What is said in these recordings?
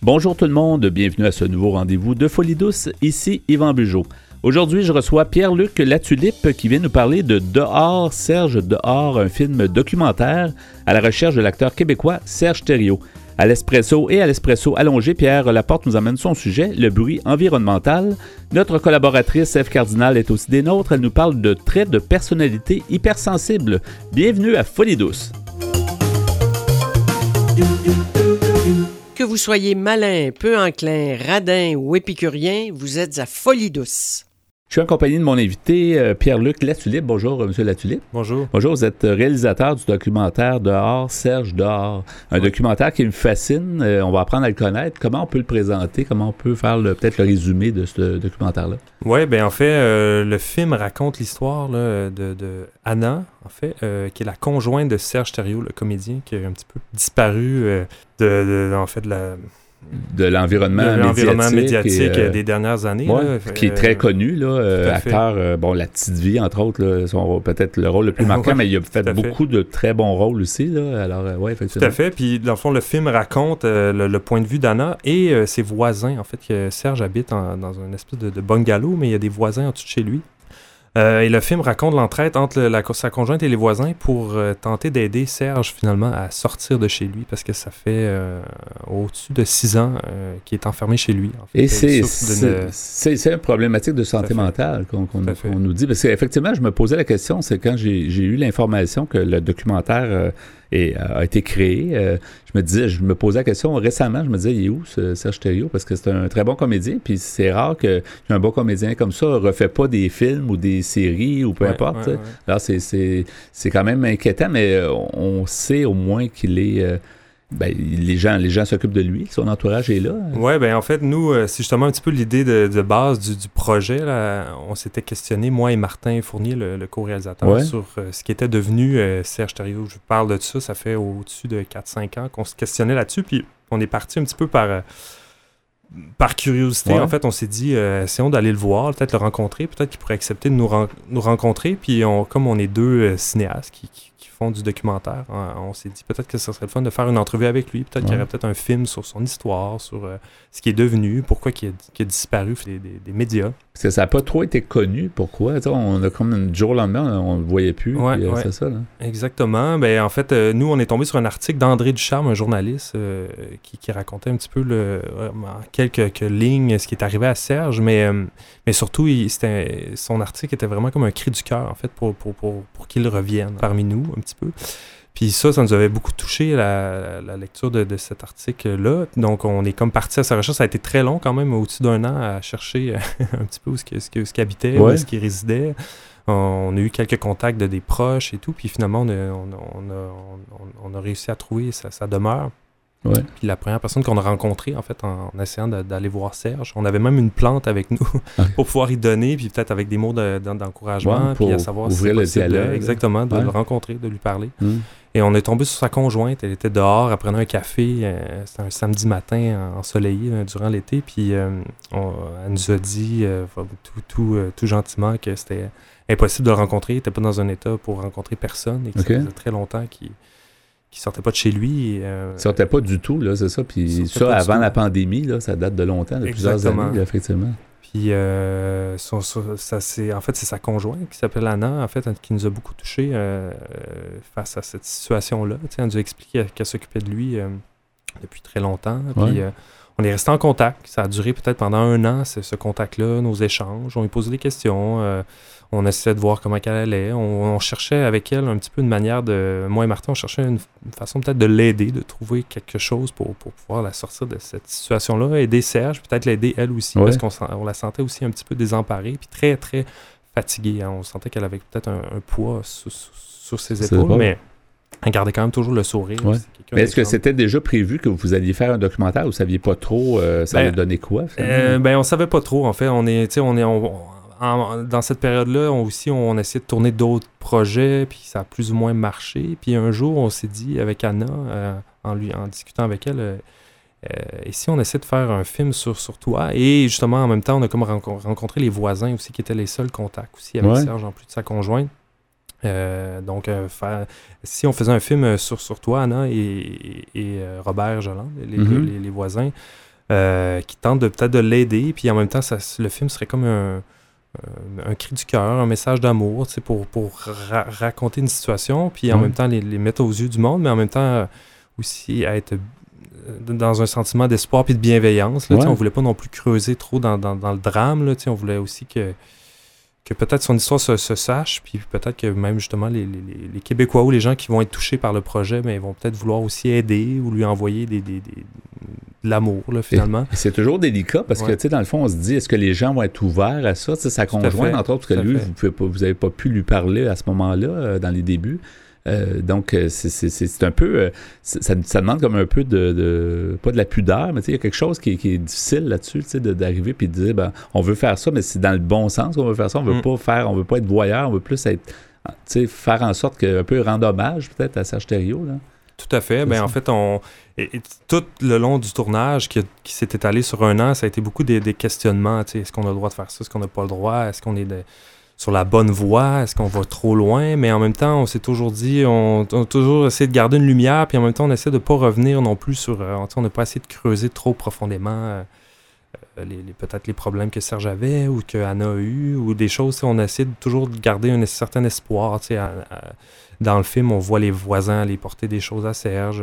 Bonjour tout le monde, bienvenue à ce nouveau rendez-vous de Folie douce, ici Yvan Bugeaud. Aujourd'hui, je reçois Pierre-Luc Latulippe qui vient nous parler de Dehors, Serge Dehors, un film documentaire à la recherche de l'acteur québécois Serge Thériault. À l'espresso et à l'espresso allongé, Pierre Laporte nous amène son sujet, le bruit environnemental. Notre collaboratrice Ève Cardinal est aussi des nôtres. Elle nous parle de traits de personnalité hypersensibles. Bienvenue à Folie douce. Que vous soyez malin, peu enclin, radin ou épicurien, vous êtes à Folie douce. Je suis en compagnie de mon invité, Pierre-Luc Latulippe. Bonjour, M. Latulippe. Bonjour. Bonjour, vous êtes réalisateur du documentaire Dehors, Serge Dehors. Un documentaire qui me fascine. On va apprendre à le connaître. Comment on peut le présenter? Comment on peut faire peut-être le résumé de ce documentaire-là? Oui, bien en fait, le film raconte l'histoire là, de Anna, en fait, qui est la conjointe de Serge Thériault, le comédien, qui a un petit peu disparu de l'environnement médiatique des dernières années. Ouais, là, qui est très connu, là, acteur, La Petite Vie, entre autres, là, peut-être le rôle le plus marquant, mais il a fait beaucoup de très bons rôles aussi. Là, alors, ouais, effectivement. Tout à fait. Puis, dans le fond, le film raconte le point de vue d'Anna et ses voisins. En fait, que Serge habite dans une espèce de bungalow, mais il y a des voisins en dessous de chez lui. Et le film raconte l'entraide entre sa conjointe et les voisins pour tenter d'aider Serge, finalement, à sortir de chez lui, parce que ça fait au-dessus de 6 ans qu'il est enfermé chez lui. En fait. Et c'est une problématique de santé mentale qu'on nous dit. Parce qu'effectivement, je me posais la question, c'est quand j'ai eu l'information que le documentaire a été créé, je me posais la question récemment, je me disais, il est où ce Serge Thériault? Parce que c'est un très bon comédien, puis c'est rare qu'un bon comédien comme ça ne refait pas des films ou des séries ou peu importe. Ouais. Alors c'est quand même inquiétant, mais on sait au moins qu'il est... les gens s'occupent de lui, son entourage est là. Oui, bien en fait, nous, c'est justement un petit peu l'idée de base du projet. Là. On s'était questionné, moi et Martin Fournier, le co-réalisateur, sur ce qui était devenu Serge Thériault. Je parle de ça fait au-dessus de 4-5 ans qu'on se questionnait là-dessus, puis on est parti un petit peu par curiosité. En fait, on s'est dit, essayons d'aller le voir, peut-être le rencontrer, peut-être qu'il pourrait accepter de nous rencontrer, puis comme on est deux cinéastes qui font du documentaire, on s'est dit peut-être que ce serait le fun de faire une entrevue avec lui, peut-être qu'il y aurait peut-être un film sur son histoire, sur ce qui est devenu, pourquoi il a disparu des médias. Parce que ça n'a pas trop été connu, pourquoi? On a comme du jour au lendemain, on ne le voyait plus, c'est ça. Là. Exactement. Ben, en fait, nous, on est tombé sur un article d'André Ducharme, un journaliste, qui racontait un petit peu en quelques lignes ce qui est arrivé à Serge, mais surtout, son article était vraiment comme un cri du cœur, en fait, pour qu'il revienne parmi nous, un petit peu. Puis ça nous avait beaucoup touché, la lecture de cet article-là. Donc, on est comme parti à sa recherche. Ça a été très long quand même, au-dessus d'1 an, à chercher un petit peu où ce qu'il habitait, où est-ce qu'il résidait. On a eu quelques contacts de des proches et tout. Puis finalement, on a réussi à trouver sa demeure. Ouais. Puis la première personne qu'on a rencontrée, en fait, en essayant d'aller voir Serge, on avait même une plante avec nous pour pouvoir y donner, puis peut-être avec des mots d'encouragement, puis à savoir ouvrir le dialogue. Exactement, de le rencontrer, de lui parler. Et on est tombé sur sa conjointe, elle était dehors, elle prenait un café, c'était un samedi matin ensoleillé durant l'été, puis elle nous a dit tout gentiment que c'était impossible de le rencontrer, il n'était pas dans un état pour rencontrer personne, et que ça faisait très longtemps qu'il sortait pas de chez lui. Il sortait pas du tout, là, c'est ça. Puis ça, avant la pandémie, là, ça date de longtemps, de plusieurs années, là, effectivement. Puis en fait, c'est sa conjointe qui s'appelle Anna, en fait, qui nous a beaucoup touchés face à cette situation-là. Elle nous a expliqué qu'elle s'occupait de lui depuis très longtemps. Puis on est resté en contact. Ça a duré peut-être pendant 1 an, ce contact-là, nos échanges. On lui posait des questions. On essayait de voir comment elle allait. On cherchait avec elle un petit peu une manière moi et Martin, on cherchait une façon peut-être de l'aider, de trouver quelque chose pour pouvoir la sortir de cette situation-là, aider Serge, peut-être l'aider elle aussi, parce qu'on la sentait aussi un petit peu désemparée, puis très, très fatiguée. Hein. On sentait qu'elle avait peut-être un poids sur ses épaules, mais elle gardait quand même toujours le sourire. Ouais. Mais est-ce que c'était déjà prévu que vous alliez faire un documentaire ou vous ne saviez pas trop ça allait donner quoi? On ne savait pas trop, en fait. Dans cette période-là, on essayait de tourner d'autres projets, puis ça a plus ou moins marché. Puis un jour, on s'est dit avec Anna, en discutant avec elle, et si on essaie de faire un film sur toi? Et justement, en même temps, on a comme rencontré les voisins aussi, qui étaient les seuls contacts aussi avec Serge, en plus de sa conjointe. Si on faisait un film sur toi, Anna et Robert Jolande, les voisins, qui tente peut-être de l'aider, puis en même temps, le film serait comme un cri du cœur, un message d'amour, pour raconter une situation, puis en même temps les mettre aux yeux du monde, mais en même temps aussi être dans un sentiment d'espoir puis de bienveillance. Là, on voulait pas non plus creuser trop dans le drame. Là, on voulait aussi que peut-être son histoire se sache, puis peut-être que même justement les Québécois ou les gens qui vont être touchés par le projet, mais ils vont peut-être vouloir aussi aider ou lui envoyer de l'amour, là, finalement. Et c'est toujours délicat parce que, dans le fond, on se dit, est-ce que les gens vont être ouverts à ça? Sa conjointe, entre autres, parce que lui, vous n'avez pas pu lui parler à ce moment-là, dans les débuts. Donc, c'est un peu... ça demande comme un peu pas de la pudeur, mais il y a quelque chose qui est difficile là-dessus, d'arriver et de dire, on veut faire ça, mais c'est dans le bon sens qu'on veut faire ça. On veut pas être voyeur, on veut plus être... faire en sorte un peu rendre hommage, peut-être, à Serge Thériault, là. Tout à fait. En fait, tout le long du tournage qui s'est étalé sur 1 an, ça a été beaucoup des questionnements. Est-ce qu'on a le droit de faire ça? Est-ce qu'on n'a pas le droit? Est-ce qu'on est sur la bonne voie? Est-ce qu'on va trop loin? Mais en même temps, on s'est toujours dit, on a toujours essayé de garder une lumière, puis en même temps, on essaie de ne pas revenir non plus sur... on n'a pas essayé de creuser trop profondément peut-être les problèmes que Serge avait ou que Anna a eu, ou des choses. On essaie toujours de garder un certain espoir. Dans le film, on voit les voisins aller porter des choses à Serge.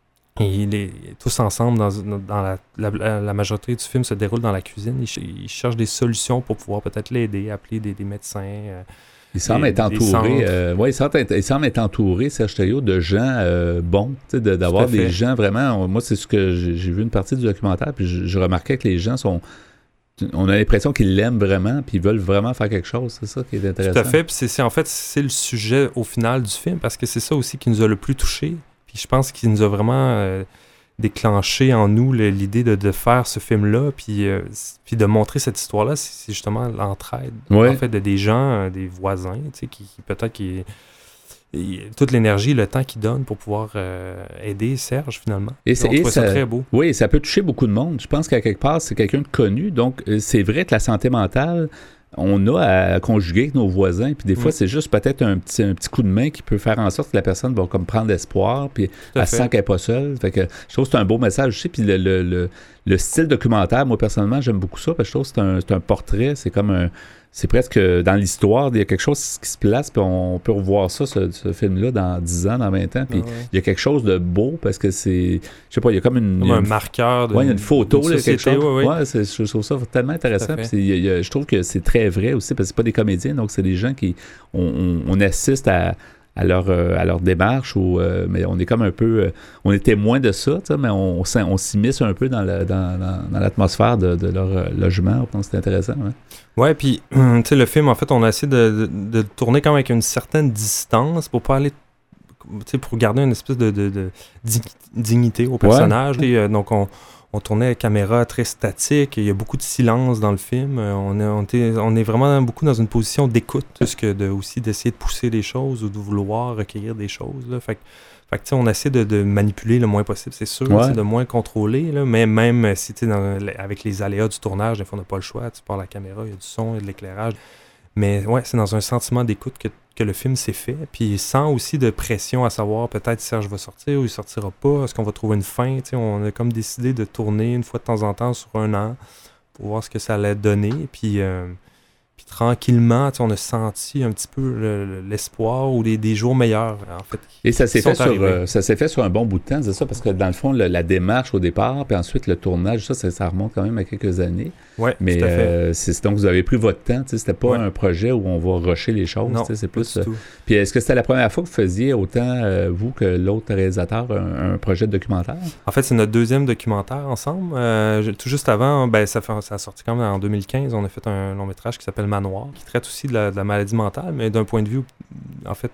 Et tous ensemble, dans la majorité du film, se déroule dans la cuisine. Ils cherchent des solutions pour pouvoir peut-être l'aider, appeler des médecins. Il semble être entouré. Il semble être entouré, Serge Thériault, de gens bons, d'avoir des gens vraiment. Moi, c'est ce que j'ai vu une partie du documentaire, puis je remarquais que les gens sont. On a l'impression qu'ils l'aiment vraiment, puis ils veulent vraiment faire quelque chose. C'est ça qui est intéressant. Tout à fait. Puis c'est le sujet au final du film, parce que c'est ça aussi qui nous a le plus touchés. Puis je pense qu'il nous a vraiment déclenché en nous l'idée de faire ce film-là, puis de montrer cette histoire-là. C'est justement l'entraide, en fait, des gens, des voisins, qui peut-être toute l'énergie, le temps qu'ils donnent pour pouvoir aider Serge, finalement. Et ça très beau. Oui, ça peut toucher beaucoup de monde. Je pense qu'à quelque part, c'est quelqu'un de connu. Donc, c'est vrai que la santé mentale, on a à conjuguer avec nos voisins. Puis des fois, c'est juste peut-être un petit coup de main qui peut faire en sorte que la personne va comme prendre espoir, puis elle sent qu'elle n'est pas seule. Fait que je trouve que c'est un beau message aussi. Puis le style documentaire, moi, personnellement, j'aime beaucoup ça, parce que je trouve que c'est un portrait. C'est comme c'est presque dans l'histoire, il y a quelque chose qui se place, puis on peut revoir ça, ce film-là, dans 10 ans, dans 20 ans, puis il y a quelque chose de beau, parce que c'est, je sais pas, il y a comme un marqueur il y a une photo, là, quelque chose. Je trouve ça tellement intéressant, puis je trouve que c'est très vrai aussi, parce que c'est pas des comédiens, donc c'est des gens qui, on assiste à leur démarche, mais on est comme un peu... on est témoin de ça, mais on s'immisce un peu dans l'atmosphère de leur logement. Donc, c'est intéressant. Ouais, puis, le film, en fait, on a essayé de tourner quand même avec une certaine distance pour pas aller... pour garder une espèce de dignité au personnage. Et, donc, on tournait la caméra très statique, il y a beaucoup de silence dans le film. On est vraiment beaucoup dans une position d'écoute, plus que aussi d'essayer de pousser des choses ou de vouloir recueillir des choses. Là. Fait que on essaie de manipuler le moins possible, c'est sûr, de moins contrôler, là, mais même si avec les aléas du tournage, des fois on n'a pas le choix, tu pars la caméra, il y a du son, il y a de l'éclairage. Mais ouais, c'est dans un sentiment d'écoute que le film s'est fait, puis sans aussi de pression à savoir peut-être Serge va sortir ou il sortira pas, est-ce qu'on va trouver une fin, on a comme décidé de tourner une fois de temps en temps sur 1 an pour voir ce que ça allait donner, puis tranquillement, on a senti un petit peu l'espoir ou des jours meilleurs, en fait. Et ça s'est fait sur un bon bout de temps, c'est ça, parce que dans le fond, la démarche au départ, puis ensuite le tournage, ça remonte quand même à quelques années. Oui, mais tout à fait. Donc, vous avez pris votre temps, c'était pas un projet où on va rusher les choses. Non, c'est plus. Puis est-ce que c'était la première fois que vous faisiez autant, vous que l'autre réalisateur, un projet de documentaire? En fait, c'est notre 2e documentaire ensemble. Tout juste avant, ça a sorti quand même en 2015, on a fait un long métrage qui s'appelle Manoir, qui traite aussi de la maladie mentale, mais d'un point de vue, en fait,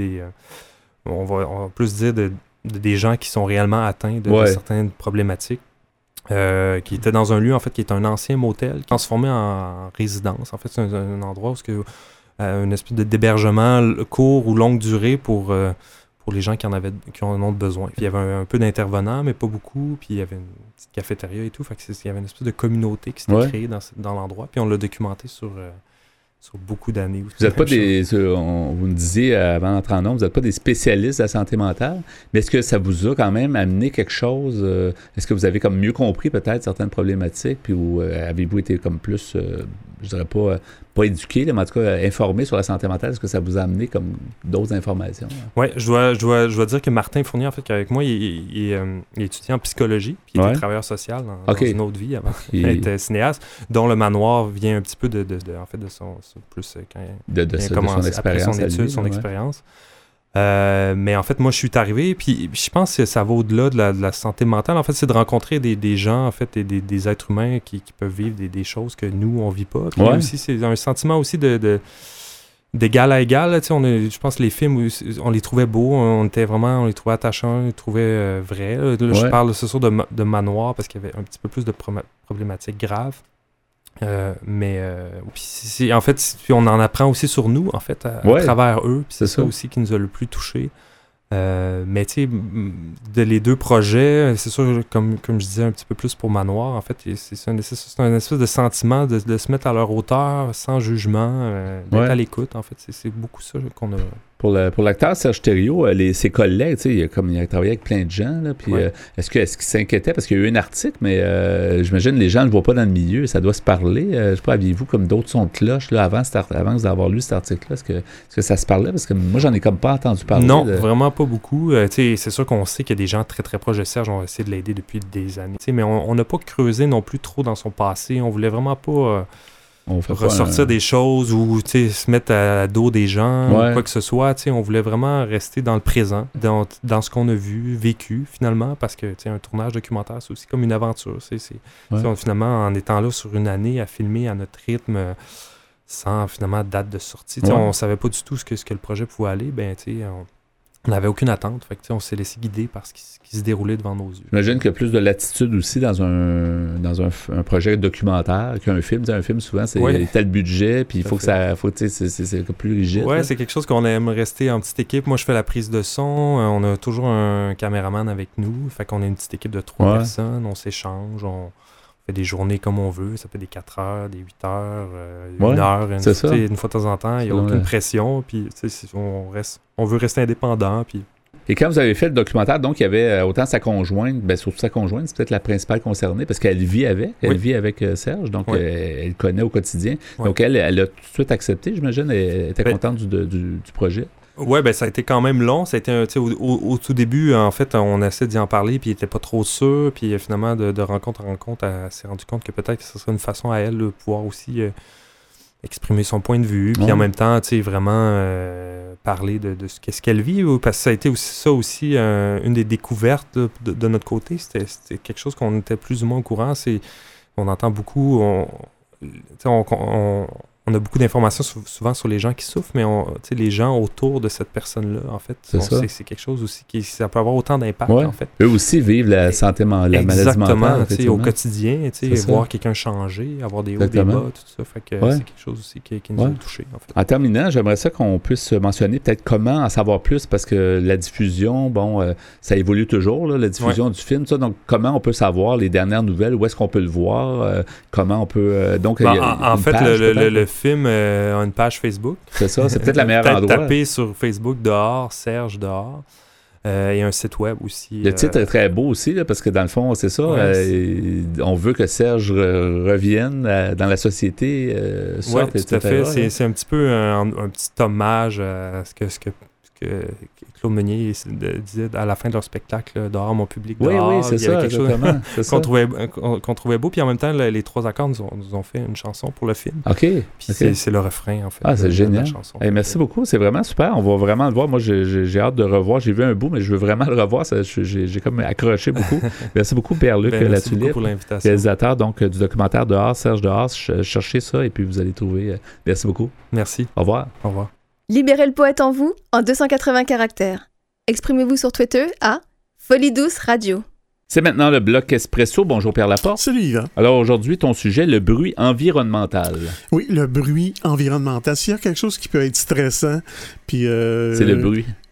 on va plus dire des gens qui sont réellement atteints de certaines problématiques, qui étaient dans un lieu, en fait, qui est un ancien motel, transformé en résidence. En fait, c'est un endroit où une espèce d'hébergement court ou longue durée pour les gens qui en ont besoin. Puis il y avait un peu d'intervenants, mais pas beaucoup. Puis il y avait une petite cafétéria et tout. Fait que il y avait une espèce de communauté qui s'était créée dans l'endroit. Puis on l'a documenté sur sur beaucoup d'années. Vous n'êtes pas vous me disiez avant d'entrer en ondes, vous n'êtes pas des spécialistes de la santé mentale, mais est-ce que ça vous a quand même amené quelque chose? Est-ce que vous avez comme mieux compris peut-être certaines problématiques, puis avez-vous été comme plus, je dirais pas éduqué, mais en tout cas informé sur la santé mentale? Est-ce que ça vous a amené comme d'autres informations? Oui, je dois dire que Martin Fournier, en fait, avec moi, il est étudiant en psychologie, puis il était travailleur social dans une autre vie avant. Il était cinéaste, dont le manoir vient un petit peu de son plus quand il a commencé après son étude, son expérience. Mais en fait, moi, je suis arrivé, puis je pense que ça va au-delà de la santé mentale. En fait, c'est de rencontrer des gens, en fait, des êtres humains qui peuvent vivre des choses que nous, on vit pas. Puis aussi, c'est un sentiment aussi d'égal à égal. Là, je pense que les films, on les trouvait beaux, on les trouvait attachants, on les trouvait vrais. Là, je parle ce soir de Manoir parce qu'il y avait un petit peu plus de problématiques graves. En fait, puis on en apprend aussi sur nous, en fait, à travers eux. Puis c'est ça aussi qui nous a le plus touchés. Mais tu sais, les deux projets, c'est sûr, comme je disais un petit peu plus pour Manoir, en fait, c'est un espèce de sentiment de se mettre à leur hauteur, sans jugement, d'être à l'écoute. En fait, c'est beaucoup ça qu'on a... Pour l'acteur Serge Thériault, ses collègues, il a travaillé avec plein de gens, là, puis est-ce qu'il s'inquiétait? Parce qu'il y a eu un article, mais j'imagine les gens ne le voient pas dans le milieu, ça doit se parler. Je sais pas, aviez-vous comme d'autres sons de cloche là, avant d'avoir lu cet article-là? Est-ce que ça se parlait? Parce que moi, j'en ai comme pas entendu parler. Non, vraiment pas beaucoup. C'est sûr qu'on sait qu'il y a des gens très très proches de Serge, on va essayer de l'aider depuis des années. Mais on n'a pas creusé non plus trop dans son passé. On voulait vraiment pas... ressortir des choses ou se mettre à dos des gens ou quoi que ce soit. On voulait vraiment rester dans le présent, dans ce qu'on a vu, vécu finalement, parce que un tournage documentaire, c'est aussi comme une aventure. Finalement, en étant là sur une année à filmer à notre rythme sans finalement date de sortie, on savait pas du tout ce que le projet pouvait aller, on n'avait aucune attente. Fait que, on s'est laissé guider par ce qui se déroulait devant nos yeux. J'imagine qu'il y a plus de latitude aussi dans un projet documentaire qu'un film. Un film, souvent, c'est tel budget, puis il faut que ça... c'est plus rigide. Oui, c'est quelque chose qu'on aime rester en petite équipe. Moi, je fais la prise de son. On a toujours un caméraman avec nous. Fait qu'on est une petite équipe de 3 personnes. On s'échange. On fait des journées comme on veut. Ça fait des 4 heures, des 8 heures, 1 heure. Une fois de temps en temps, il n'y a aucune pression. Puis, on veut rester indépendant. Puis... Et quand vous avez fait le documentaire, donc, il y avait autant sa conjointe, surtout sa conjointe, c'est peut-être la principale concernée, parce qu'elle vit avec. Elle vit avec Serge, donc elle connaît au quotidien. Donc, elle a tout de suite accepté, j'imagine. Elle était contente du projet. Oui, ça a été quand même long. Ça a été au tout début, en fait, on essaie d'y en parler, puis il n'était pas trop sûr. Puis finalement, de rencontre en rencontre, elle s'est rendue compte que peut-être que ce serait une façon à elle de pouvoir aussi exprimer son point de vue. Puis en même temps, vraiment parler de ce qu'elle vit. Parce que ça a été aussi une des découvertes de notre côté. C'était quelque chose qu'on était plus ou moins au courant. On entend beaucoup... On a beaucoup d'informations souvent sur les gens qui souffrent, mais les gens autour de cette personne-là, en fait, c'est quelque chose aussi ça peut avoir autant d'impact, en fait. Eux aussi vivent la santé la maladie mentale. Au quotidien, voir quelqu'un changer, avoir des hauts, des bas, tout ça, fait que c'est quelque chose aussi qui nous a touchés, en fait. En terminant, j'aimerais ça qu'on puisse mentionner peut-être comment en savoir plus, parce que la diffusion, ça évolue toujours, là, la diffusion du film, ça, donc comment on peut savoir les dernières nouvelles, où est-ce qu'on peut le voir, comment on peut... donc, en fait, le film a une page Facebook. C'est ça, c'est peut-être la meilleure endroit. Taper sur Facebook Dehors, Serge Dehors. Et un site web aussi. Le titre est très beau aussi, là, parce que dans le fond, c'est ça. On veut que Serge revienne dans la société. Oui, tout à fait. C'est un petit peu un petit hommage à ce que Claude Meunier disait à la fin de leur spectacle, Dehors, mon public, dehors. Oui, c'est ça, quelque chose qu'on trouvait beau. Puis en même temps, les 3 accords nous ont fait une chanson pour le film. OK. Puis c'est le refrain, en fait. Ah, c'est génial. Chanson. Merci beaucoup. C'est vraiment super. On va vraiment le voir. Moi, j'ai hâte de revoir. J'ai vu un bout, mais je veux vraiment le revoir. J'ai comme accroché beaucoup. Merci beaucoup, Pierre-Luc Latulippe, pour l'invitation. Réalisateur du documentaire Dehors, Serge Dehors. Cherchez ça et puis vous allez trouver. Merci beaucoup. Merci. Au revoir. Au revoir. Libérez le poète en vous en 280 caractères. Exprimez-vous sur Twitter à Folie Douce Radio. C'est maintenant le bloc Espresso. Bonjour Pierre Laporte. Salut Yvan. Alors aujourd'hui, ton sujet, le bruit environnemental. Oui, le bruit environnemental. S'il y a quelque chose qui peut être stressant, puis... c'est le bruit.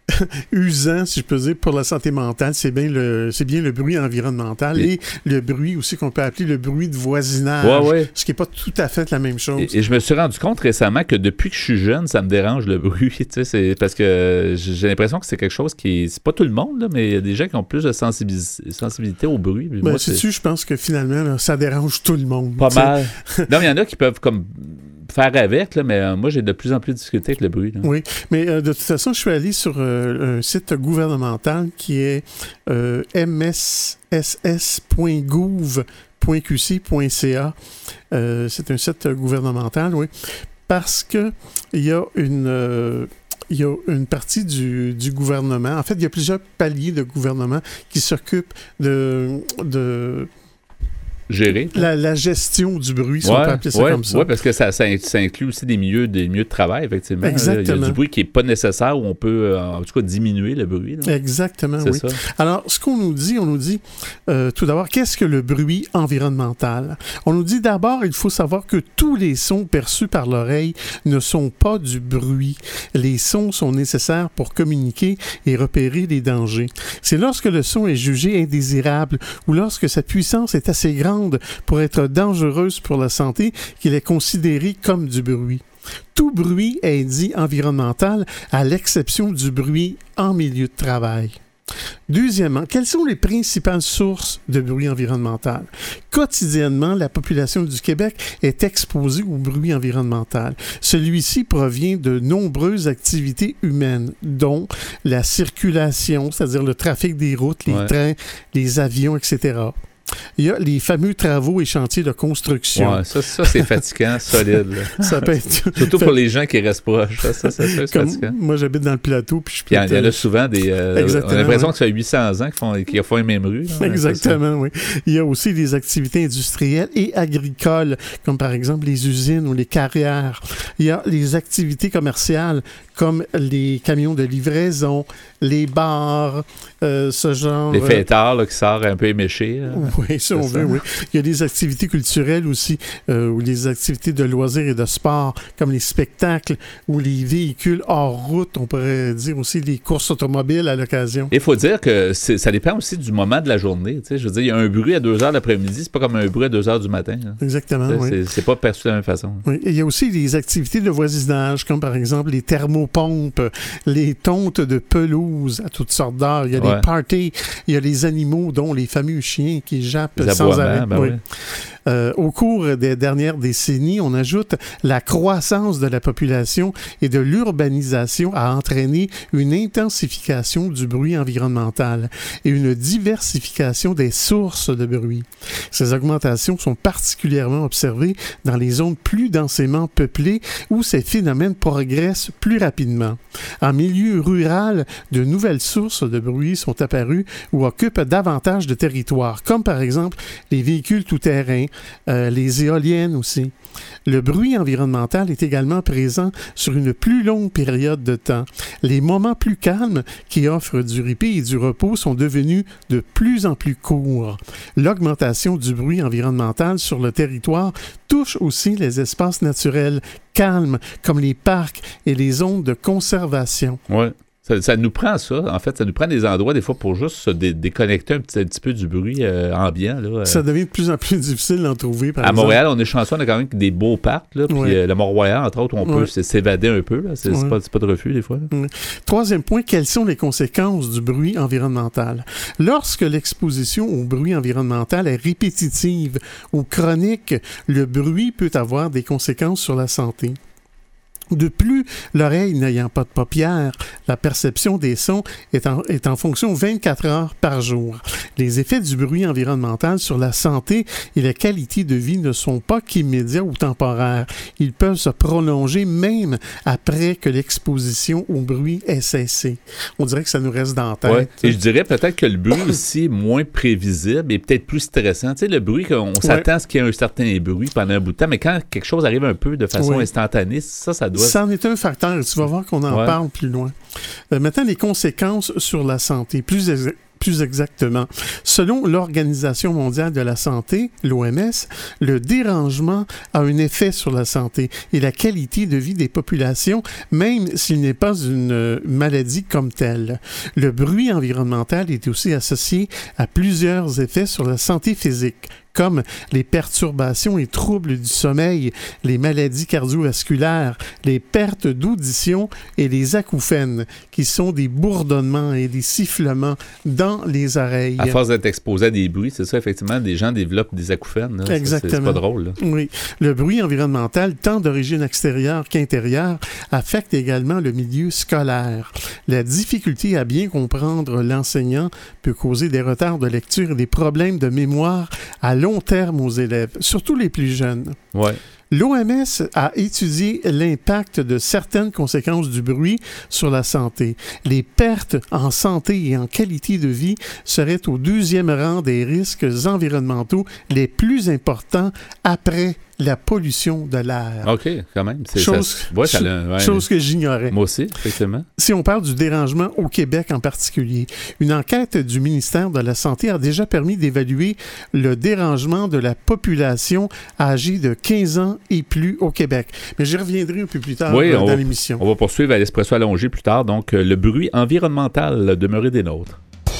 usant, si je peux dire, pour la santé mentale, c'est bien le bruit environnemental et le bruit aussi qu'on peut appeler le bruit de voisinage, ce qui n'est pas tout à fait la même chose. Et je me suis rendu compte récemment que depuis que je suis jeune, ça me dérange le bruit, c'est parce que j'ai l'impression que c'est quelque chose qui... C'est pas tout le monde, là, mais il y a des gens qui ont plus de sensibilité au bruit. Moi, je pense que finalement, là, ça dérange tout le monde. Pas mal. Non, il y en a qui peuvent comme... faire avec, là, mais moi, j'ai de plus en plus de difficultés avec le bruit. Là. Oui, mais de toute façon, je suis allé sur un site gouvernemental qui est msss.gouv.qc.ca. C'est un site gouvernemental, oui, parce que il y a une partie du gouvernement. En fait, il y a plusieurs paliers de gouvernement qui s'occupent de gérer. La gestion du bruit, si on peut appeler ça comme ça. Oui, parce que ça inclut aussi des milieux de travail, effectivement. Exactement. Il y a du bruit qui n'est pas nécessaire où on peut, en tout cas, diminuer le bruit. Là. Exactement, c'est oui. Ça. Alors, ce qu'on nous dit, tout d'abord, qu'est-ce que le bruit environnemental? On nous dit d'abord, il faut savoir que tous les sons perçus par l'oreille ne sont pas du bruit. Les sons sont nécessaires pour communiquer et repérer les dangers. C'est lorsque le son est jugé indésirable ou lorsque sa puissance est assez grande pour être dangereuse pour la santé qu'il est considéré comme du bruit. Tout bruit est dit environnemental à l'exception du bruit en milieu de travail. Deuxièmement, quelles sont les principales sources de bruit environnemental? Quotidiennement, la population du Québec est exposée au bruit environnemental. Celui-ci provient de nombreuses activités humaines, dont la circulation, c'est-à-dire le trafic des routes, les trains, les avions, etc. Il y a les fameux travaux et chantiers de construction. Ouais, ça c'est fatigant, solide. Là. Ça peut être... Surtout pour les gens qui restent proches. Ça c'est fatigant. Moi, j'habite dans le plateau. Puis il y en a souvent des... on a l'impression que ça fait 800 ans qu'ils font les mêmes rues. Là, exactement, oui. Il y a aussi des activités industrielles et agricoles, comme par exemple les usines ou les carrières. Il y a les activités commerciales, comme les camions de livraison, les bars, ce genre... Les fêtards là, qui sortent un peu éméchés. Oui, si on veut, oui. Il y a des activités culturelles aussi, ou les activités de loisirs et de sport, comme les spectacles ou les véhicules hors route, on pourrait dire aussi les courses automobiles à l'occasion. Il faut dire que ça dépend aussi du moment de la journée. Tu sais, je veux dire, il y a un bruit à 2 heures l'après-midi, c'est pas comme un bruit à 2 heures du matin. Là. Exactement, oui. C'est pas perçu de la même façon. Oui. Et il y a aussi des activités de voisinage, comme par exemple les thermopompes, les tontes de pelouse à toutes sortes d'heures. Il y a des parties, il y a les animaux, dont les fameux chiens qui jappent sans arrêt. Ben oui. Au cours des dernières décennies, on ajoute la croissance de la population et de l'urbanisation a entraîné une intensification du bruit environnemental et une diversification des sources de bruit. Ces augmentations sont particulièrement observées dans les zones plus densément peuplées où ces phénomènes progressent plus rapidement. En milieu rural, de nouvelles sources de bruit sont apparues ou occupent davantage de territoire, comme par exemple les véhicules tout-terrain, les éoliennes aussi. Le bruit environnemental est également présent sur une plus longue période de temps. Les moments plus calmes qui offrent du répit et du repos sont devenus de plus en plus courts. L'augmentation du bruit environnemental sur le territoire touche aussi les espaces naturels calmes comme les parcs et les zones de conservation. Oui. Ça nous prend ça. En fait, ça nous prend des endroits, des fois, pour juste se déconnecter un petit peu du bruit ambiant. Là. Ça devient de plus en plus difficile d'en trouver, par exemple. À Montréal, on est chanceux, on a quand même des beaux parcs. Là, puis le Mont-Royal, entre autres, où on peut s'évader un peu. Là. C'est pas de refus, des fois. Là. Troisième point, quelles sont les conséquences du bruit environnemental? Lorsque l'exposition au bruit environnemental est répétitive ou chronique, le bruit peut avoir des conséquences sur la santé. De plus, l'oreille n'ayant pas de paupières, la perception des sons est en fonction 24 heures par jour. Les effets du bruit environnemental sur la santé et la qualité de vie ne sont pas qu'immédiats ou temporaires. Ils peuvent se prolonger même après que l'exposition au bruit ait cessé. On dirait que ça nous reste dans la tête. Ouais. Et je dirais peut-être que le bruit aussi est moins prévisible et peut-être plus stressant. Tu sais, le bruit, on s'attend à ce qu'il y ait un certain bruit pendant un bout de temps, mais quand quelque chose arrive un peu de façon instantanée, ça doit... Ça en est un facteur. Tu vas voir qu'on en parle plus loin. Maintenant, les conséquences sur la santé. Plus plus exactement. Selon l'Organisation mondiale de la santé, l'OMS, le dérangement a un effet sur la santé et la qualité de vie des populations, même s'il n'est pas une maladie comme telle. Le bruit environnemental est aussi associé à plusieurs effets sur la santé physique, comme les perturbations et troubles du sommeil, les maladies cardiovasculaires, les pertes d'audition et les acouphènes, qui sont des bourdonnements et des sifflements dans les oreilles. À force d'être exposé à des bruits, c'est ça, effectivement, des gens développent des acouphènes. Là. Exactement. C'est pas drôle. Là. Oui. Le bruit environnemental, tant d'origine extérieure qu'intérieure, affecte également le milieu scolaire. La difficulté à bien comprendre l'enseignant peut causer des retards de lecture et des problèmes de mémoire à long terme aux élèves, surtout les plus jeunes. Ouais. L'OMS a étudié l'impact de certaines conséquences du bruit sur la santé. Les pertes en santé et en qualité de vie seraient au 2e rang des risques environnementaux les plus importants après la pollution de l'air. OK, quand même. Chose que j'ignorais. Moi aussi, effectivement. Si on parle du dérangement au Québec en particulier, une enquête du ministère de la Santé a déjà permis d'évaluer le dérangement de la population âgée de 15 ans et plus au Québec. Mais j'y reviendrai un peu plus tard dans l'émission. On va poursuivre à l'Espresso allongé plus tard. Donc, le bruit environnemental demeurer des nôtres.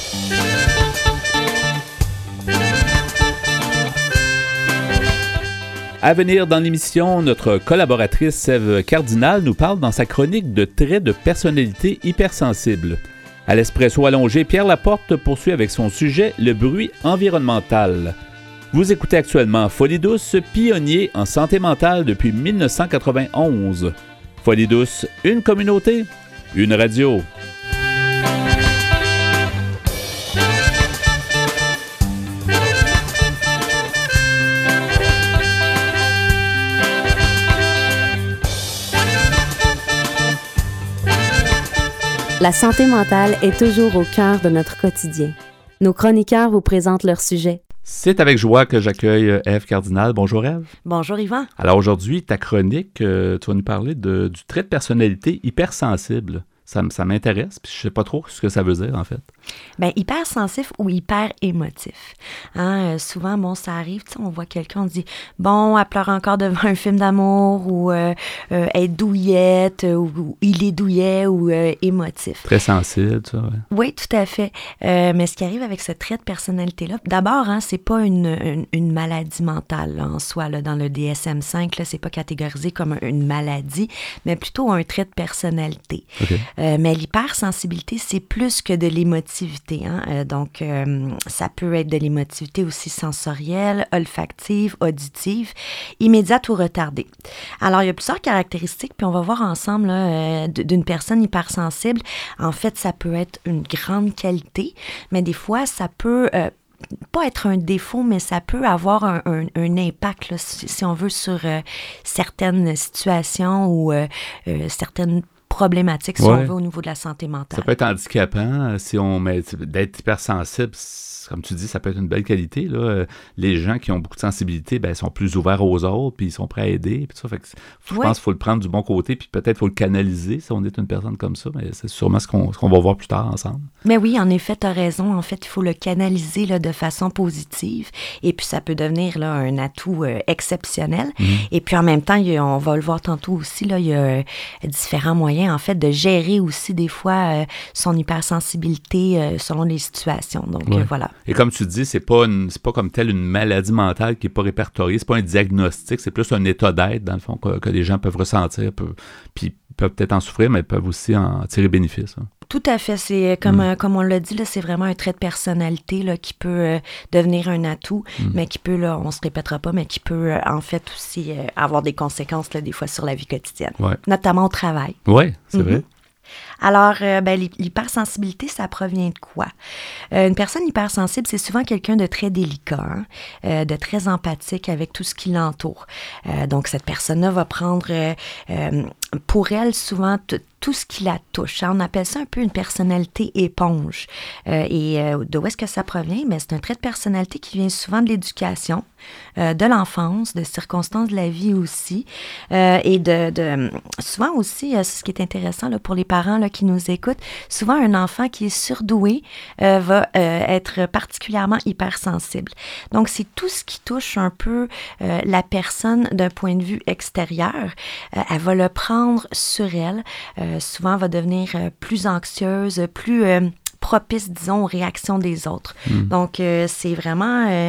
À venir dans l'émission, notre collaboratrice Ève Cardinal nous parle dans sa chronique de traits de personnalité hypersensible. À l'Espresso allongé, Pierre Laporte poursuit avec son sujet, le bruit environnemental. Vous écoutez actuellement Folie douce, pionnier en santé mentale depuis 1991. Folie douce, une communauté, une radio. La santé mentale est toujours au cœur de notre quotidien. Nos chroniqueurs vous présentent leur sujet. C'est avec joie que j'accueille Ève Cardinal. Bonjour Ève. Bonjour Yvan. Alors aujourd'hui, ta chronique, tu vas nous parler du trait de personnalité hypersensible. Ça m'intéresse, puis je sais pas trop ce que ça veut dire, en fait. Bien, hypersensible ou hyper émotif. Souvent, bon, ça arrive, tu sais, on voit quelqu'un, on dit, bon, elle pleure encore devant un film d'amour, ou elle est douillette, ou il est douillet, ou émotif. Très sensible, ça, ouais. Oui, tout à fait. Mais ce qui arrive avec ce trait de personnalité-là, d'abord, c'est pas une maladie mentale, là, en soi, là, dans le DSM-5, là, c'est pas catégorisé comme une maladie, mais plutôt un trait de personnalité. Okay. Mais l'hypersensibilité, c'est plus que de l'émotivité. Donc, ça peut être de l'émotivité aussi sensorielle, olfactive, auditive, immédiate ou retardée. Alors, il y a plusieurs caractéristiques, puis on va voir ensemble là, d'une personne hypersensible. En fait, ça peut être une grande qualité, mais des fois, ça peut... pas être un défaut, mais ça peut avoir un impact, là, si on veut, sur certaines situations ou certaines problématiques, si on veut, au niveau de la santé mentale. Ça peut être handicapant si on met d'être hypersensible. Comme tu dis, ça peut être une belle qualité. Là. Les gens qui ont beaucoup de sensibilité, ben, sont plus ouverts aux autres, puis ils sont prêts à aider. Puis ça, fait que je pense qu'il faut le prendre du bon côté, puis peut-être faut le canaliser si on est une personne comme ça. Mais c'est sûrement ce qu'on va voir plus tard ensemble. Mais oui, en effet, tu as raison. En fait, il faut le canaliser là, de façon positive. Et puis, ça peut devenir là, un atout exceptionnel. Et puis, en même temps, on va le voir tantôt aussi, là, il y a différents moyens, en fait, de gérer aussi des fois son hypersensibilité selon les situations. Donc, voilà. Et comme tu dis, c'est pas comme telle une maladie mentale qui n'est pas répertoriée, c'est pas un diagnostic, c'est plus un état d'être, dans le fond, que les gens peuvent ressentir, puis peuvent peut-être en souffrir, mais peuvent aussi en tirer bénéfice. Hein. Tout à fait. C'est comme on l'a dit, là, c'est vraiment un trait de personnalité là, qui peut devenir un atout, mais qui peut, là, on se répétera pas, mais qui peut en fait aussi avoir des conséquences là, des fois sur la vie quotidienne, notamment au travail. Oui, c'est vrai. Alors, l'hypersensibilité, ça provient de quoi? Une personne hypersensible, c'est souvent quelqu'un de très délicat, de très empathique avec tout ce qui l'entoure. Donc, cette personne-là va prendre pour elle souvent tout ce qui la touche. On appelle ça un peu une personnalité éponge. Et de où est-ce que ça provient? Bien, c'est un trait de personnalité qui vient souvent de l'éducation, de l'enfance, de circonstances de la vie aussi. Et souvent aussi, c'est ce qui est intéressant là, pour les parents là, qui nous écoutent, souvent un enfant qui est surdoué va être particulièrement hypersensible. Donc, c'est tout ce qui touche un peu la personne d'un point de vue extérieur. Elle va le prendre sur elle. Souvent, elle va devenir plus anxieuse, plus propice, disons, aux réactions des autres. Donc, c'est vraiment...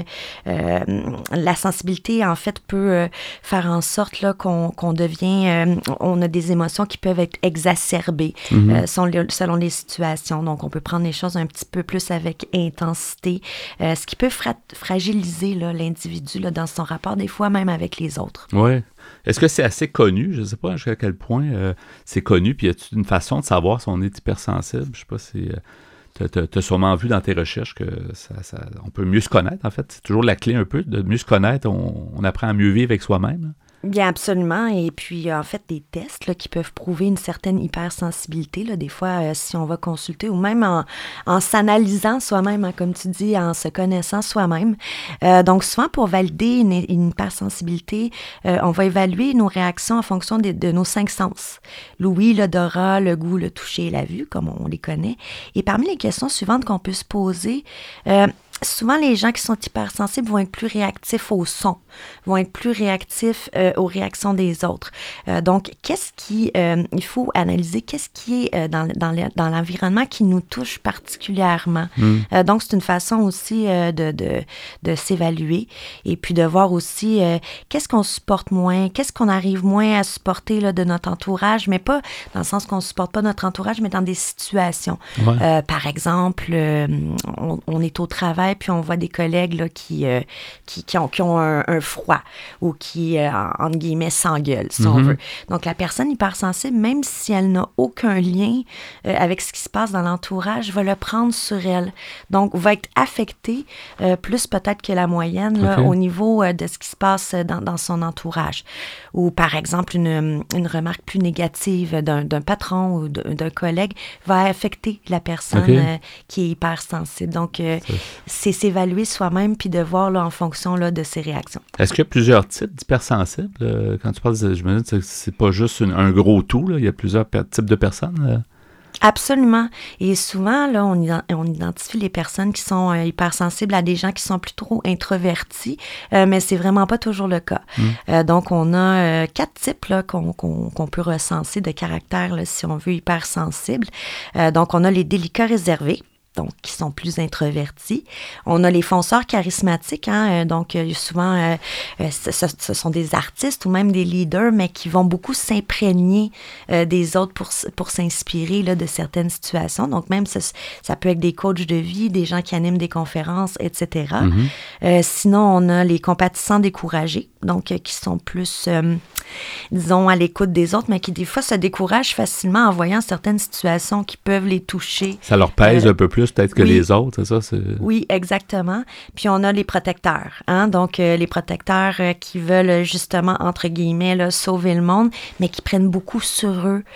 la sensibilité, en fait, peut faire en sorte là, qu'on devient... on a des émotions qui peuvent être exacerbées selon les situations. Donc, on peut prendre les choses un petit peu plus avec intensité, ce qui peut fragiliser là, l'individu là, dans son rapport, des fois même avec les autres. Oui. Est-ce que c'est assez connu? Je ne sais pas jusqu'à quel point c'est connu. Puis, y a-t-il une façon de savoir si on est hypersensible? Je ne sais pas si... Tu as sûrement vu dans tes recherches que on peut mieux se connaître, en fait. C'est toujours la clé un peu, de mieux se connaître. On apprend à mieux vivre avec soi-même. Bien, absolument. Et puis, en fait, des tests là, qui peuvent prouver une certaine hypersensibilité. Là, des fois, si on va consulter, ou même en s'analysant soi-même, hein, comme tu dis, en se connaissant soi-même. Donc, souvent, pour valider une hypersensibilité, on va évaluer nos réactions en fonction de nos 5 sens. L'ouïe, l'odorat, le goût, le toucher et la vue, comme on les connaît. Et parmi les questions suivantes qu'on peut se poser... souvent, les gens qui sont hypersensibles vont être plus réactifs au son, vont être plus réactifs aux réactions des autres. Donc, il faut analyser qu'est-ce qui est dans l'environnement qui nous touche particulièrement. Donc, c'est une façon aussi de s'évaluer et puis de voir aussi qu'est-ce qu'on supporte moins, qu'est-ce qu'on arrive moins à supporter là, de notre entourage, mais pas dans le sens qu'on ne supporte pas notre entourage, mais dans des situations. Ouais. Par exemple, on est au travail, puis on voit des collègues là, qui ont un froid ou qui, entre guillemets, s'engueulent, si on veut. Donc, la personne hypersensible, même si elle n'a aucun lien avec ce qui se passe dans l'entourage, va le prendre sur elle. Donc, va être affectée plus peut-être que la moyenne là, au niveau de ce qui se passe dans son entourage. Ou, par exemple, une remarque plus négative d'un patron ou d'un collègue va affecter la personne qui est hypersensible. Donc, c'est s'évaluer soi-même puis de voir là, en fonction là, de ses réactions. Est-ce qu'il y a plusieurs types d'hypersensibles? Quand tu parles, je me dis que c'est pas juste un gros tout, là. Il y a plusieurs types de personnes. Absolument. Et souvent, là, on identifie les personnes qui sont hypersensibles à des gens qui sont plus trop introvertis, mais c'est vraiment pas toujours le cas. Donc, on a 4 types là, qu'on peut recenser de caractères, là, si on veut, hypersensibles. Donc, on a les délicats réservés. Donc, qui sont plus introvertis. On a les fonceurs charismatiques, hein, donc souvent, ce sont des artistes ou même des leaders, mais qui vont beaucoup s'imprégner des autres pour s'inspirer là, de certaines situations. Donc, même ça peut être des coachs de vie, des gens qui animent des conférences, etc. Sinon, on a les compatissants découragés, donc qui sont plus, disons, à l'écoute des autres, mais qui des fois se découragent facilement en voyant certaines situations qui peuvent les toucher. Ça leur pèse un peu plus peut-être que les autres, c'est ça? Oui, exactement. Puis on a les protecteurs, hein? Donc les protecteurs qui veulent justement, entre guillemets, là, sauver le monde, mais qui prennent beaucoup sur eux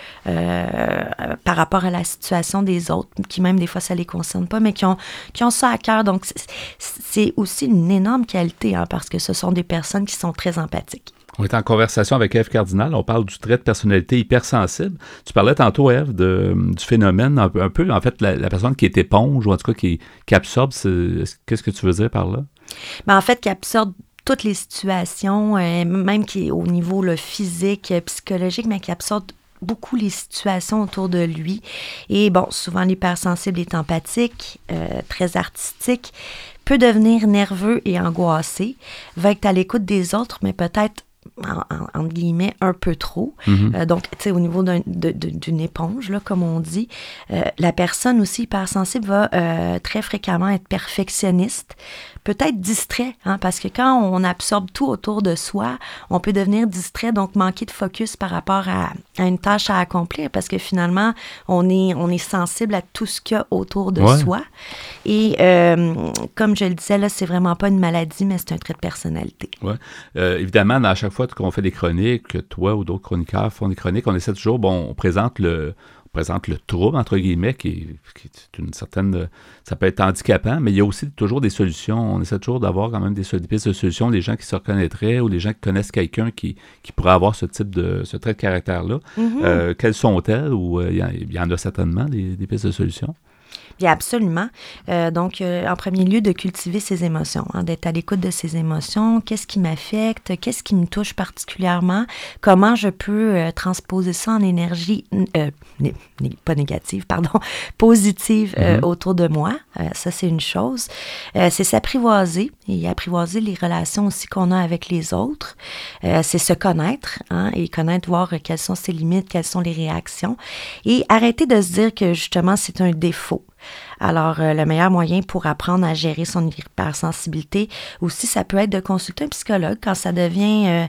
par rapport à la situation des autres, qui même des fois ça les concerne pas, mais qui ont ça à cœur. Donc c'est aussi une énorme qualité, hein, parce que ce sont des personnes qui sont très empathiques. On est en conversation avec Ève Cardinal. On parle du trait de personnalité hypersensible. Tu parlais tantôt, Ève, du phénomène un peu, en fait, la personne qui est éponge, ou en tout cas qui absorbe. Qu'est-ce que tu veux dire par là? Bien, en fait, qui absorbe toutes les situations, même qui est au niveau là, physique, psychologique, mais qui absorbe beaucoup les situations autour de lui. Et bon, souvent, l'hypersensible est empathique, très artistique, peut devenir nerveux et angoissé, va être à l'écoute des autres, mais peut-être entre guillemets, un peu trop. Donc, tu sais, au niveau d'une éponge, là, comme on dit, la personne aussi hypersensible va très fréquemment être perfectionniste, peut-être distrait, hein, parce que quand on absorbe tout autour de soi, on peut devenir distrait, donc manquer de focus par rapport à une tâche à accomplir, parce que finalement, on est sensible à tout ce qu'il y a autour de soi. Et comme je le disais, là, c'est vraiment pas une maladie, mais c'est un trait de personnalité. Oui. Évidemment, à chaque fois qu'on fait des chroniques, que toi ou d'autres chroniqueurs font des chroniques, on essaie toujours, on présente présente le trouble, entre guillemets, qui est une certaine... Ça peut être handicapant, mais il y a aussi toujours des solutions. On essaie toujours d'avoir quand même des pistes de solutions, les gens qui se reconnaîtraient ou les gens qui connaissent quelqu'un qui pourrait avoir ce trait de caractère-là. Mm-hmm. Quelles sont-elles? Ou il y en a certainement des pistes de solutions? Bien, absolument. Donc, en premier lieu, de cultiver ses émotions, d'être à l'écoute de ses émotions. Qu'est-ce qui m'affecte? Qu'est-ce qui me touche particulièrement? Comment je peux transposer ça en énergie, pas négative, pardon, positive autour de moi? Ça, c'est une chose. C'est s'apprivoiser et apprivoiser les relations aussi qu'on a avec les autres. C'est se connaître et connaître, voir quelles sont ses limites, quelles sont les réactions. Et arrêter de se dire que, justement, c'est un défaut. Alors, le meilleur moyen pour apprendre à gérer son hypersensibilité aussi, ça peut être de consulter un psychologue quand ça devient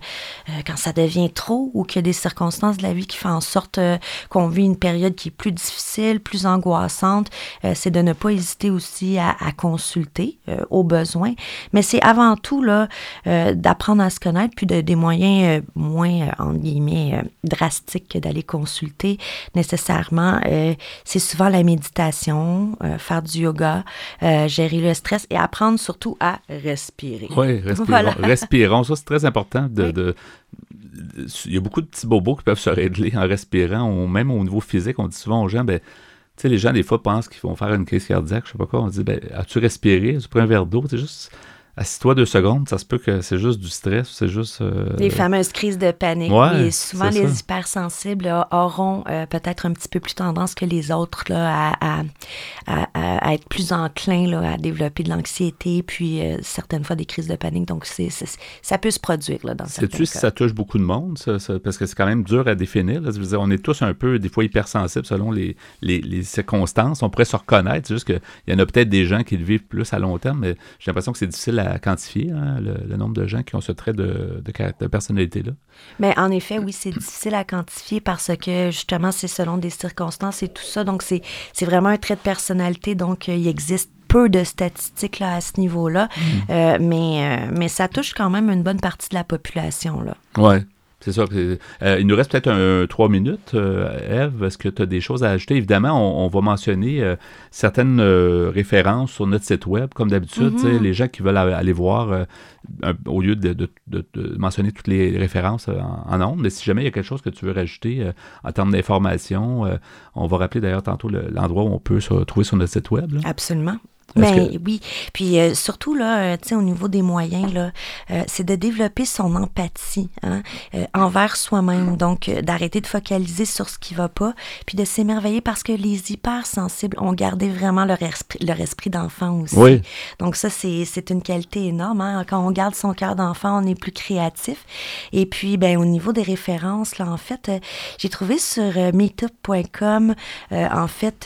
trop ou qu'il y a des circonstances de la vie qui font en sorte qu'on vit une période qui est plus difficile, plus angoissante. C'est de ne pas hésiter aussi à consulter au besoin. Mais c'est avant tout là d'apprendre à se connaître, puis des moyens moins, entre guillemets, drastiques que d'aller consulter nécessairement. C'est souvent la méditation, faire du yoga, gérer le stress et apprendre surtout à respirer. Oui, respirons. Voilà. Respirons, ça c'est très important. Il y a beaucoup de petits bobos qui peuvent se régler en respirant, même au niveau physique. On dit souvent aux gens, tu sais, les gens des fois pensent qu'ils vont faire une crise cardiaque, je sais pas quoi. On dit, as-tu respiré? As-tu pris un verre d'eau? C'est juste... Assis-toi 2 secondes, ça se peut que c'est juste du stress, c'est juste... Les fameuses crises de panique. Ouais, et souvent, les hypersensibles auront peut-être un petit peu plus tendance que les autres là, à être plus enclins là, à développer de l'anxiété, puis certaines fois des crises de panique. Donc, ça peut se produire là, dans certains cas. Sais-tu si ça touche beaucoup de monde? Parce que c'est quand même dur à définir. Là. Je veux dire, on est tous un peu, des fois, hypersensibles selon les circonstances. On pourrait se reconnaître. C'est juste qu'il y en a peut-être des gens qui le vivent plus à long terme, mais j'ai l'impression que c'est difficile à quantifier, le nombre de gens qui ont ce trait de personnalité-là. Mais en effet, oui, c'est difficile à quantifier parce que, justement, c'est selon des circonstances et tout ça. Donc, c'est vraiment un trait de personnalité. Donc, il existe peu de statistiques là, à ce niveau-là. Mais ça touche quand même une bonne partie de la population, là. Oui. C'est ça. Il nous reste peut-être 3 minutes. Ève, est-ce que tu as des choses à ajouter? Évidemment, on va mentionner certaines références sur notre site web, comme d'habitude. Les gens qui veulent aller voir, au lieu de mentionner toutes les références en ondes, mais si jamais il y a quelque chose que tu veux rajouter en termes d'information, on va rappeler d'ailleurs tantôt l'endroit où on peut se trouver sur notre site web. Là. Absolument. Mais oui, puis surtout là, tu sais, au niveau des moyens là, c'est de développer son empathie envers soi-même, donc d'arrêter de focaliser sur ce qui va pas, puis de s'émerveiller parce que les hypersensibles ont gardé vraiment leur esprit d'enfant aussi. Oui. Donc ça c'est une qualité énorme. Quand on garde son cœur d'enfant, on est plus créatif. Et puis au niveau des références là, en fait, j'ai trouvé sur meetup.com en fait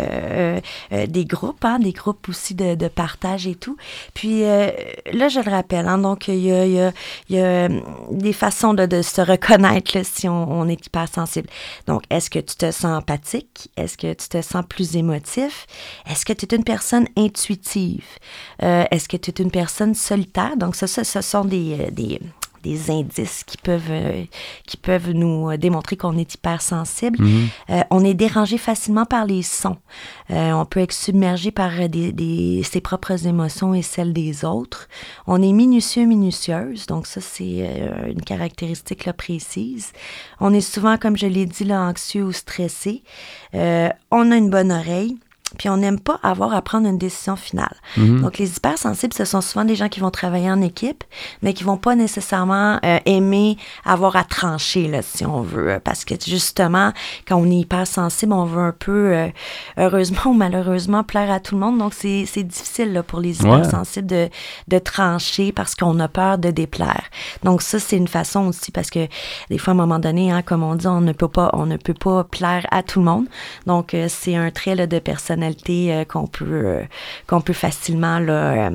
des groupes aussi de partage et tout. Puis là, je le rappelle, donc il y a des façons de se reconnaître là, si on est hypersensible. Donc, est-ce que tu te sens empathique? Est-ce que tu te sens plus émotif? Est-ce que tu es une personne intuitive? Est-ce que tu es une personne solitaire? Donc, ce sont des indices qui peuvent nous démontrer qu'on est hypersensible. On est dérangé facilement par les sons. On peut être submergé par ses propres émotions et celles des autres. On est minutieuse. Donc ça, c'est une caractéristique là, précise. On est souvent, comme je l'ai dit, là, anxieux ou stressé. On a une bonne oreille. Puis on n'aime pas avoir à prendre une décision finale. Donc, les hypersensibles, ce sont souvent des gens qui vont travailler en équipe, mais qui vont pas nécessairement aimer avoir à trancher, là, si on veut. Parce que, justement, quand on est hypersensible, on veut un peu, heureusement ou malheureusement, plaire à tout le monde. Donc, c'est difficile là, pour les hypersensibles de trancher parce qu'on a peur de déplaire. Donc, ça, c'est une façon aussi parce que, des fois, à un moment donné, comme on dit, on ne peut pas plaire à tout le monde. Donc, c'est un trait là, de personnalité qu'on peut facilement là,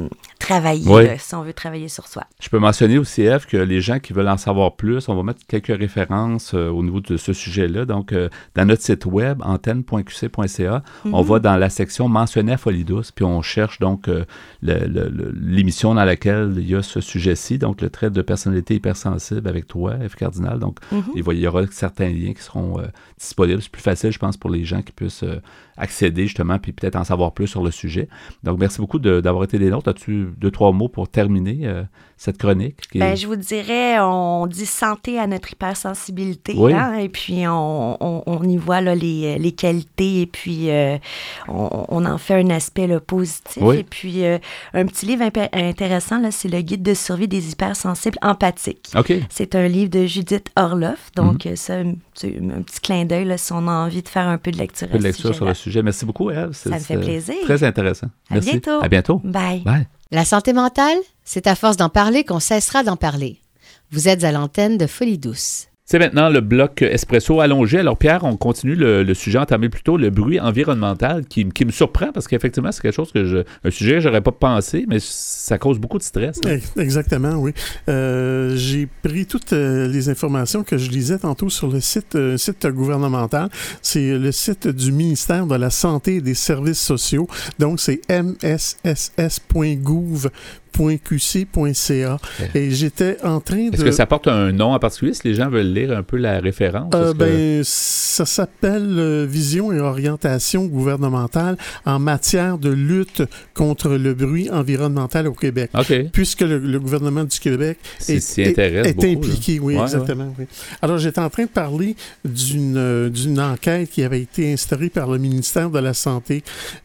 travailler, là, si on veut travailler sur soi. Je peux mentionner aussi, Ève, que les gens qui veulent en savoir plus, on va mettre quelques références au niveau de ce sujet-là. Donc, dans notre site web, antenne.qc.ca, on va dans la section mentionner à Folie douce, puis on cherche donc l'émission dans laquelle il y a ce sujet-ci, donc le trait de personnalité hypersensible avec toi, Ève Cardinal. Donc, il y aura certains liens qui seront disponibles. C'est plus facile, je pense, pour les gens qui puissent accéder justement, puis peut-être en savoir plus sur le sujet. Donc, merci beaucoup d'avoir été des nôtres. As-tu 2-3 mots pour terminer cette chronique? Je vous dirais, on dit santé à notre hypersensibilité, et puis on y voit là, les qualités, et puis on en fait un aspect là, positif. Et puis, un petit livre intéressant, là, c'est le guide de survie des hypersensibles empathiques. C'est un livre de Judith Orloff, donc ça, c'est un petit clin d'œil là, si on a envie de faire un peu de lecture. Un peu de lecture sur le sujet. Merci beaucoup, Ève. Ça me fait plaisir. Très intéressant. Merci. Bientôt. À bientôt. Bye. Bye. La santé mentale, c'est à force d'en parler qu'on cessera d'en parler. Vous êtes à l'antenne de Folie douce. C'est maintenant le bloc Espresso allongé. Alors Pierre, on continue le sujet entamé plus tôt, le bruit environnemental, qui me surprend parce qu'effectivement, c'est quelque chose un sujet que j'aurais pas pensé, mais ça cause beaucoup de stress. Hein. Exactement, oui. J'ai pris toutes les informations que je lisais tantôt sur le site gouvernemental. C'est le site du ministère de la Santé et des Services sociaux. Donc, c'est msss.gouv.qc.ca. Et j'étais en train de... Est-ce que ça porte un nom en particulier si les gens veulent lire un peu la référence? Ça s'appelle Vision et orientation gouvernementale en matière de lutte contre le bruit environnemental au Québec. Puisque le gouvernement du Québec est impliqué. Oui, exactement. Oui. Alors, j'étais en train de parler d'une enquête qui avait été instaurée par le ministère de la Santé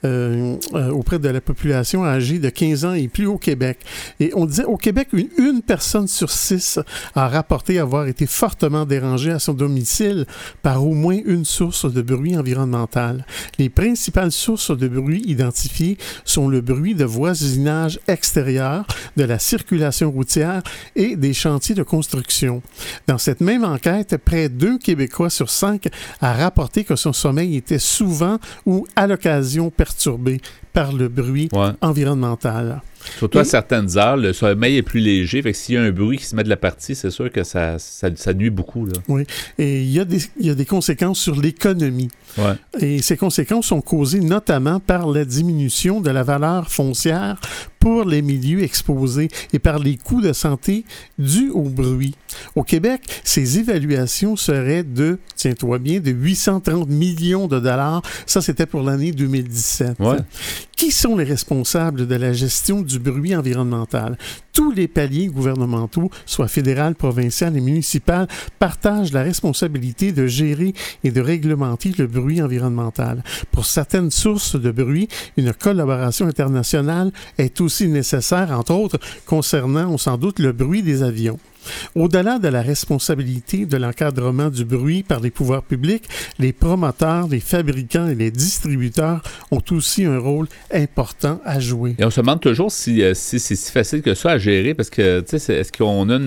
auprès de la population âgée de 15 ans et plus au Québec. Et on disait, au Québec, une personne sur 6 a rapporté avoir été fortement dérangée à son domicile par au moins une source de bruit environnemental. Les principales sources de bruit identifiées sont le bruit de voisinage extérieur, de la circulation routière et des chantiers de construction. Dans cette même enquête, près d'1 Québécois sur 5 a rapporté que son sommeil était souvent ou à l'occasion perturbé par le bruit environnemental. Surtout à certaines heures, le sommeil est plus léger. Fait que s'il y a un bruit qui se met de la partie, c'est sûr que ça nuit beaucoup. Là. Oui. Et il y a des conséquences sur l'économie. Et ces conséquences sont causées notamment par la diminution de la valeur foncière pour les milieux exposés et par les coûts de santé dus au bruit. Au Québec, ces évaluations seraient tiens-toi bien, de 830 millions de dollars. Ça, c'était pour l'année 2017. Qui sont les responsables de la gestion du bruit environnemental? Tous les paliers gouvernementaux, soit fédéral, provincial et municipal, partagent la responsabilité de gérer et de réglementer le bruit environnemental. Pour certaines sources de bruit, une collaboration internationale est aussi nécessaire, entre autres, concernant, on s'en doute, le bruit des avions. Au-delà de la responsabilité de l'encadrement du bruit par les pouvoirs publics, les promoteurs, les fabricants et les distributeurs ont aussi un rôle important à jouer. Et on se demande toujours si c'est si facile que ça à gérer, parce que, tu sais, est-ce qu'on a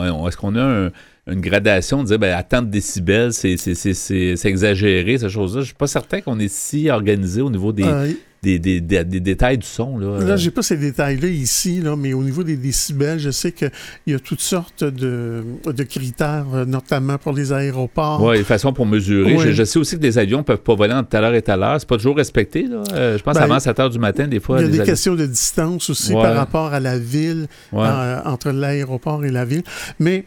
une gradation de dire, à tant de décibels, c'est exagéré, ces choses-là. Je suis pas certain qu'on est si organisé au niveau des détails du son. Là, j'ai pas ces détails-là ici, mais au niveau des décibels, je sais qu'il y a toutes sortes de critères, notamment pour les aéroports. Oui, des façons pour mesurer. Je sais aussi que les avions ne peuvent pas voler entre telle heure et telle heure. C'est pas toujours respecté. Je pense avant 7 heures du matin, des fois. Il y a des questions de distance aussi par rapport à la ville, entre l'aéroport et la ville. Mais...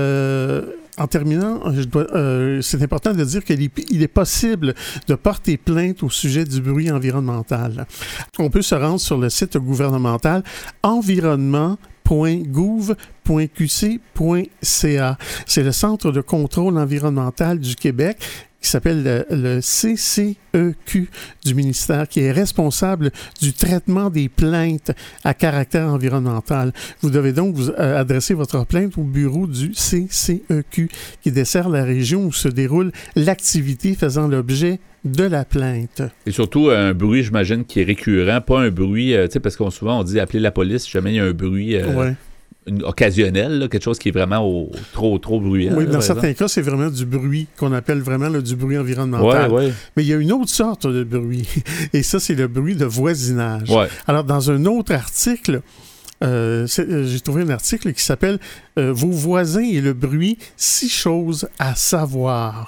en terminant, c'est important de dire qu'il est possible de porter plainte au sujet du bruit environnemental. On peut se rendre sur le site gouvernemental environnement.gouv.qc.ca. C'est le Centre de contrôle environnemental du Québec qui s'appelle le CCEQ du ministère, qui est responsable du traitement des plaintes à caractère environnemental. Vous devez donc vous adresser votre plainte au bureau du CCEQ, qui dessert la région où se déroule l'activité faisant l'objet de la plainte. Et surtout, un bruit, j'imagine, qui est récurrent, pas un bruit, tu sais, parce qu'on souvent, on dit appeler la police si jamais il y a un bruit... occasionnel, là, quelque chose qui est vraiment trop bruyant. Oui, dans certains cas, c'est vraiment du bruit qu'on appelle vraiment du bruit environnemental. Mais il y a une autre sorte de bruit, et ça, c'est le bruit de voisinage. Alors, dans un autre article, J'ai trouvé un article qui s'appelle « Vos voisins et le bruit, 6 choses à savoir ».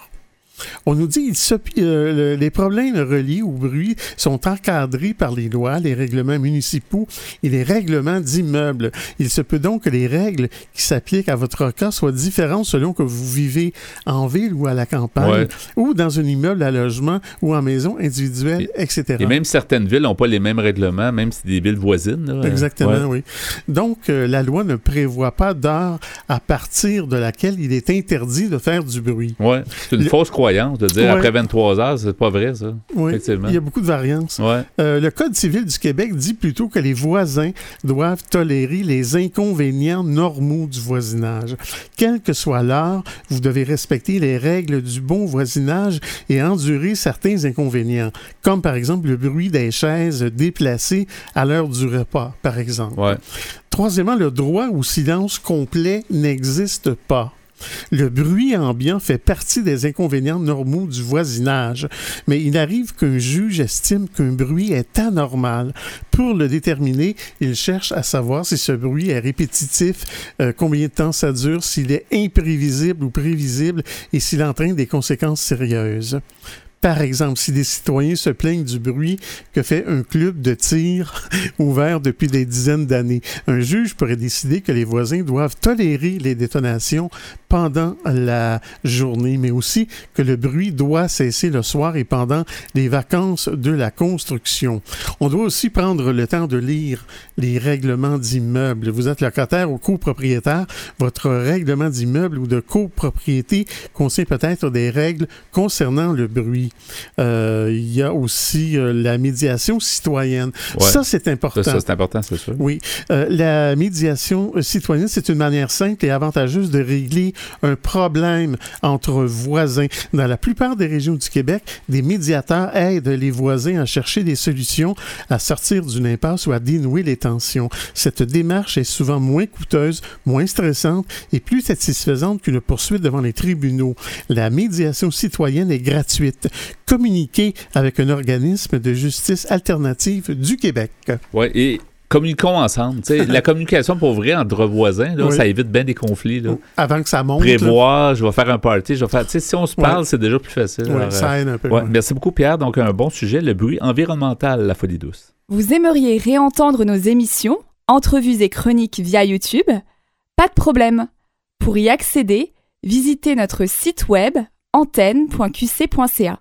On nous dit que les problèmes reliés au bruit sont encadrés par les lois, les règlements municipaux et les règlements d'immeubles. Il se peut donc que les règles qui s'appliquent à votre cas soient différentes selon que vous vivez en ville ou à la campagne, ou dans un immeuble à logement ou en maison individuelle, etc. Et même certaines villes n'ont pas les mêmes règlements, même si des villes voisines. Là. Exactement, oui. Donc, la loi ne prévoit pas d'heure à partir de laquelle il est interdit de faire du bruit. Oui, c'est une fausse croyance de dire après 23 heures, c'est pas vrai, ça. Oui, effectivement. Il y a beaucoup de variances. Le Code civil du Québec dit plutôt que les voisins doivent tolérer les inconvénients normaux du voisinage. Quelle que soit l'heure, vous devez respecter les règles du bon voisinage et endurer certains inconvénients, comme par exemple le bruit des chaises déplacées à l'heure du repas, par exemple. Troisièmement, le droit au silence complet n'existe pas. Le bruit ambiant fait partie des inconvénients normaux du voisinage, mais il arrive qu'un juge estime qu'un bruit est anormal. Pour le déterminer, il cherche à savoir si ce bruit est répétitif, combien de temps ça dure, s'il est imprévisible ou prévisible et s'il entraîne des conséquences sérieuses. Par exemple, si des citoyens se plaignent du bruit que fait un club de tir ouvert depuis des dizaines d'années, un juge pourrait décider que les voisins doivent tolérer les détonations pendant la journée, mais aussi que le bruit doit cesser le soir et pendant les vacances de la construction. On doit aussi prendre le temps de lire les règlements d'immeuble. Vous êtes locataire ou copropriétaire, votre règlement d'immeuble ou de copropriété contient peut-être des règles concernant le bruit. Il y a aussi la médiation citoyenne. Ça, c'est important. Ça, c'est important, c'est sûr. Oui. La médiation citoyenne, c'est une manière simple et avantageuse de régler un problème entre voisins. Dans la plupart des régions du Québec, des médiateurs aident les voisins à chercher des solutions, à sortir d'une impasse ou à dénouer les tensions. Cette démarche est souvent moins coûteuse, moins stressante et plus satisfaisante qu'une poursuite devant les tribunaux. La médiation citoyenne est gratuite. Communiquer avec un organisme de justice alternative du Québec. Oui, et communiquons ensemble. La communication pour vrai entre voisins, là, ça évite bien des conflits. Là. Avant que ça monte. Prévoir, je vais faire un party, je vais faire. Si on se parle, c'est déjà plus facile. Oui, ça aide un peu. Merci beaucoup, Pierre. Donc, un bon sujet, le bruit environnemental, la folie douce. Vous aimeriez réentendre nos émissions, entrevues et chroniques via YouTube? Pas de problème. Pour y accéder, visitez notre site web antenne.qc.ca.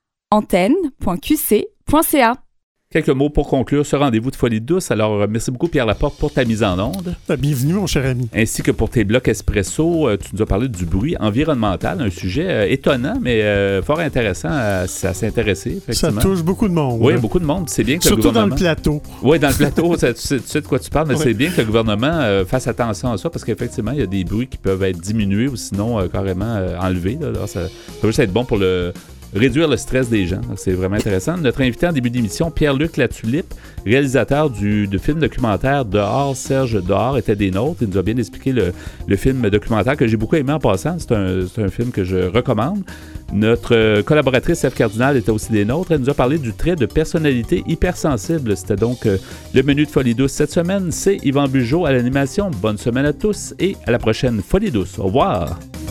antenne.qc.ca. Quelques mots pour conclure ce rendez-vous de Folie douce. Alors, merci beaucoup, Pierre Laporte, pour ta mise en onde. Bienvenue, mon cher ami. Ainsi que pour tes blocs espresso. Tu nous as parlé du bruit environnemental, un sujet étonnant, mais fort intéressant à s'intéresser. Ça touche beaucoup de monde. Oui, beaucoup de monde. C'est bien que surtout le gouvernement... dans le plateau. Oui, dans le plateau, tu sais de quoi tu parles, mais c'est bien que le gouvernement fasse attention à ça, parce qu'effectivement, il y a des bruits qui peuvent être diminués ou sinon carrément enlevés. Là. Alors, ça va juste être bon pour réduire le stress des gens. Donc, c'est vraiment intéressant. Notre invité en début d'émission, Pierre-Luc Latulippe, réalisateur du film documentaire Dehors, Serge Dehors, était des nôtres. Il nous a bien expliqué le film documentaire que j'ai beaucoup aimé en passant. C'est un film que je recommande. Notre collaboratrice Ève Cardinal était aussi des nôtres. Elle nous a parlé du trait de personnalité hypersensible. C'était donc le menu de Folie douce cette semaine. C'est Yvan Bugeaud à l'animation. Bonne semaine à tous et à la prochaine Folie douce. Au revoir!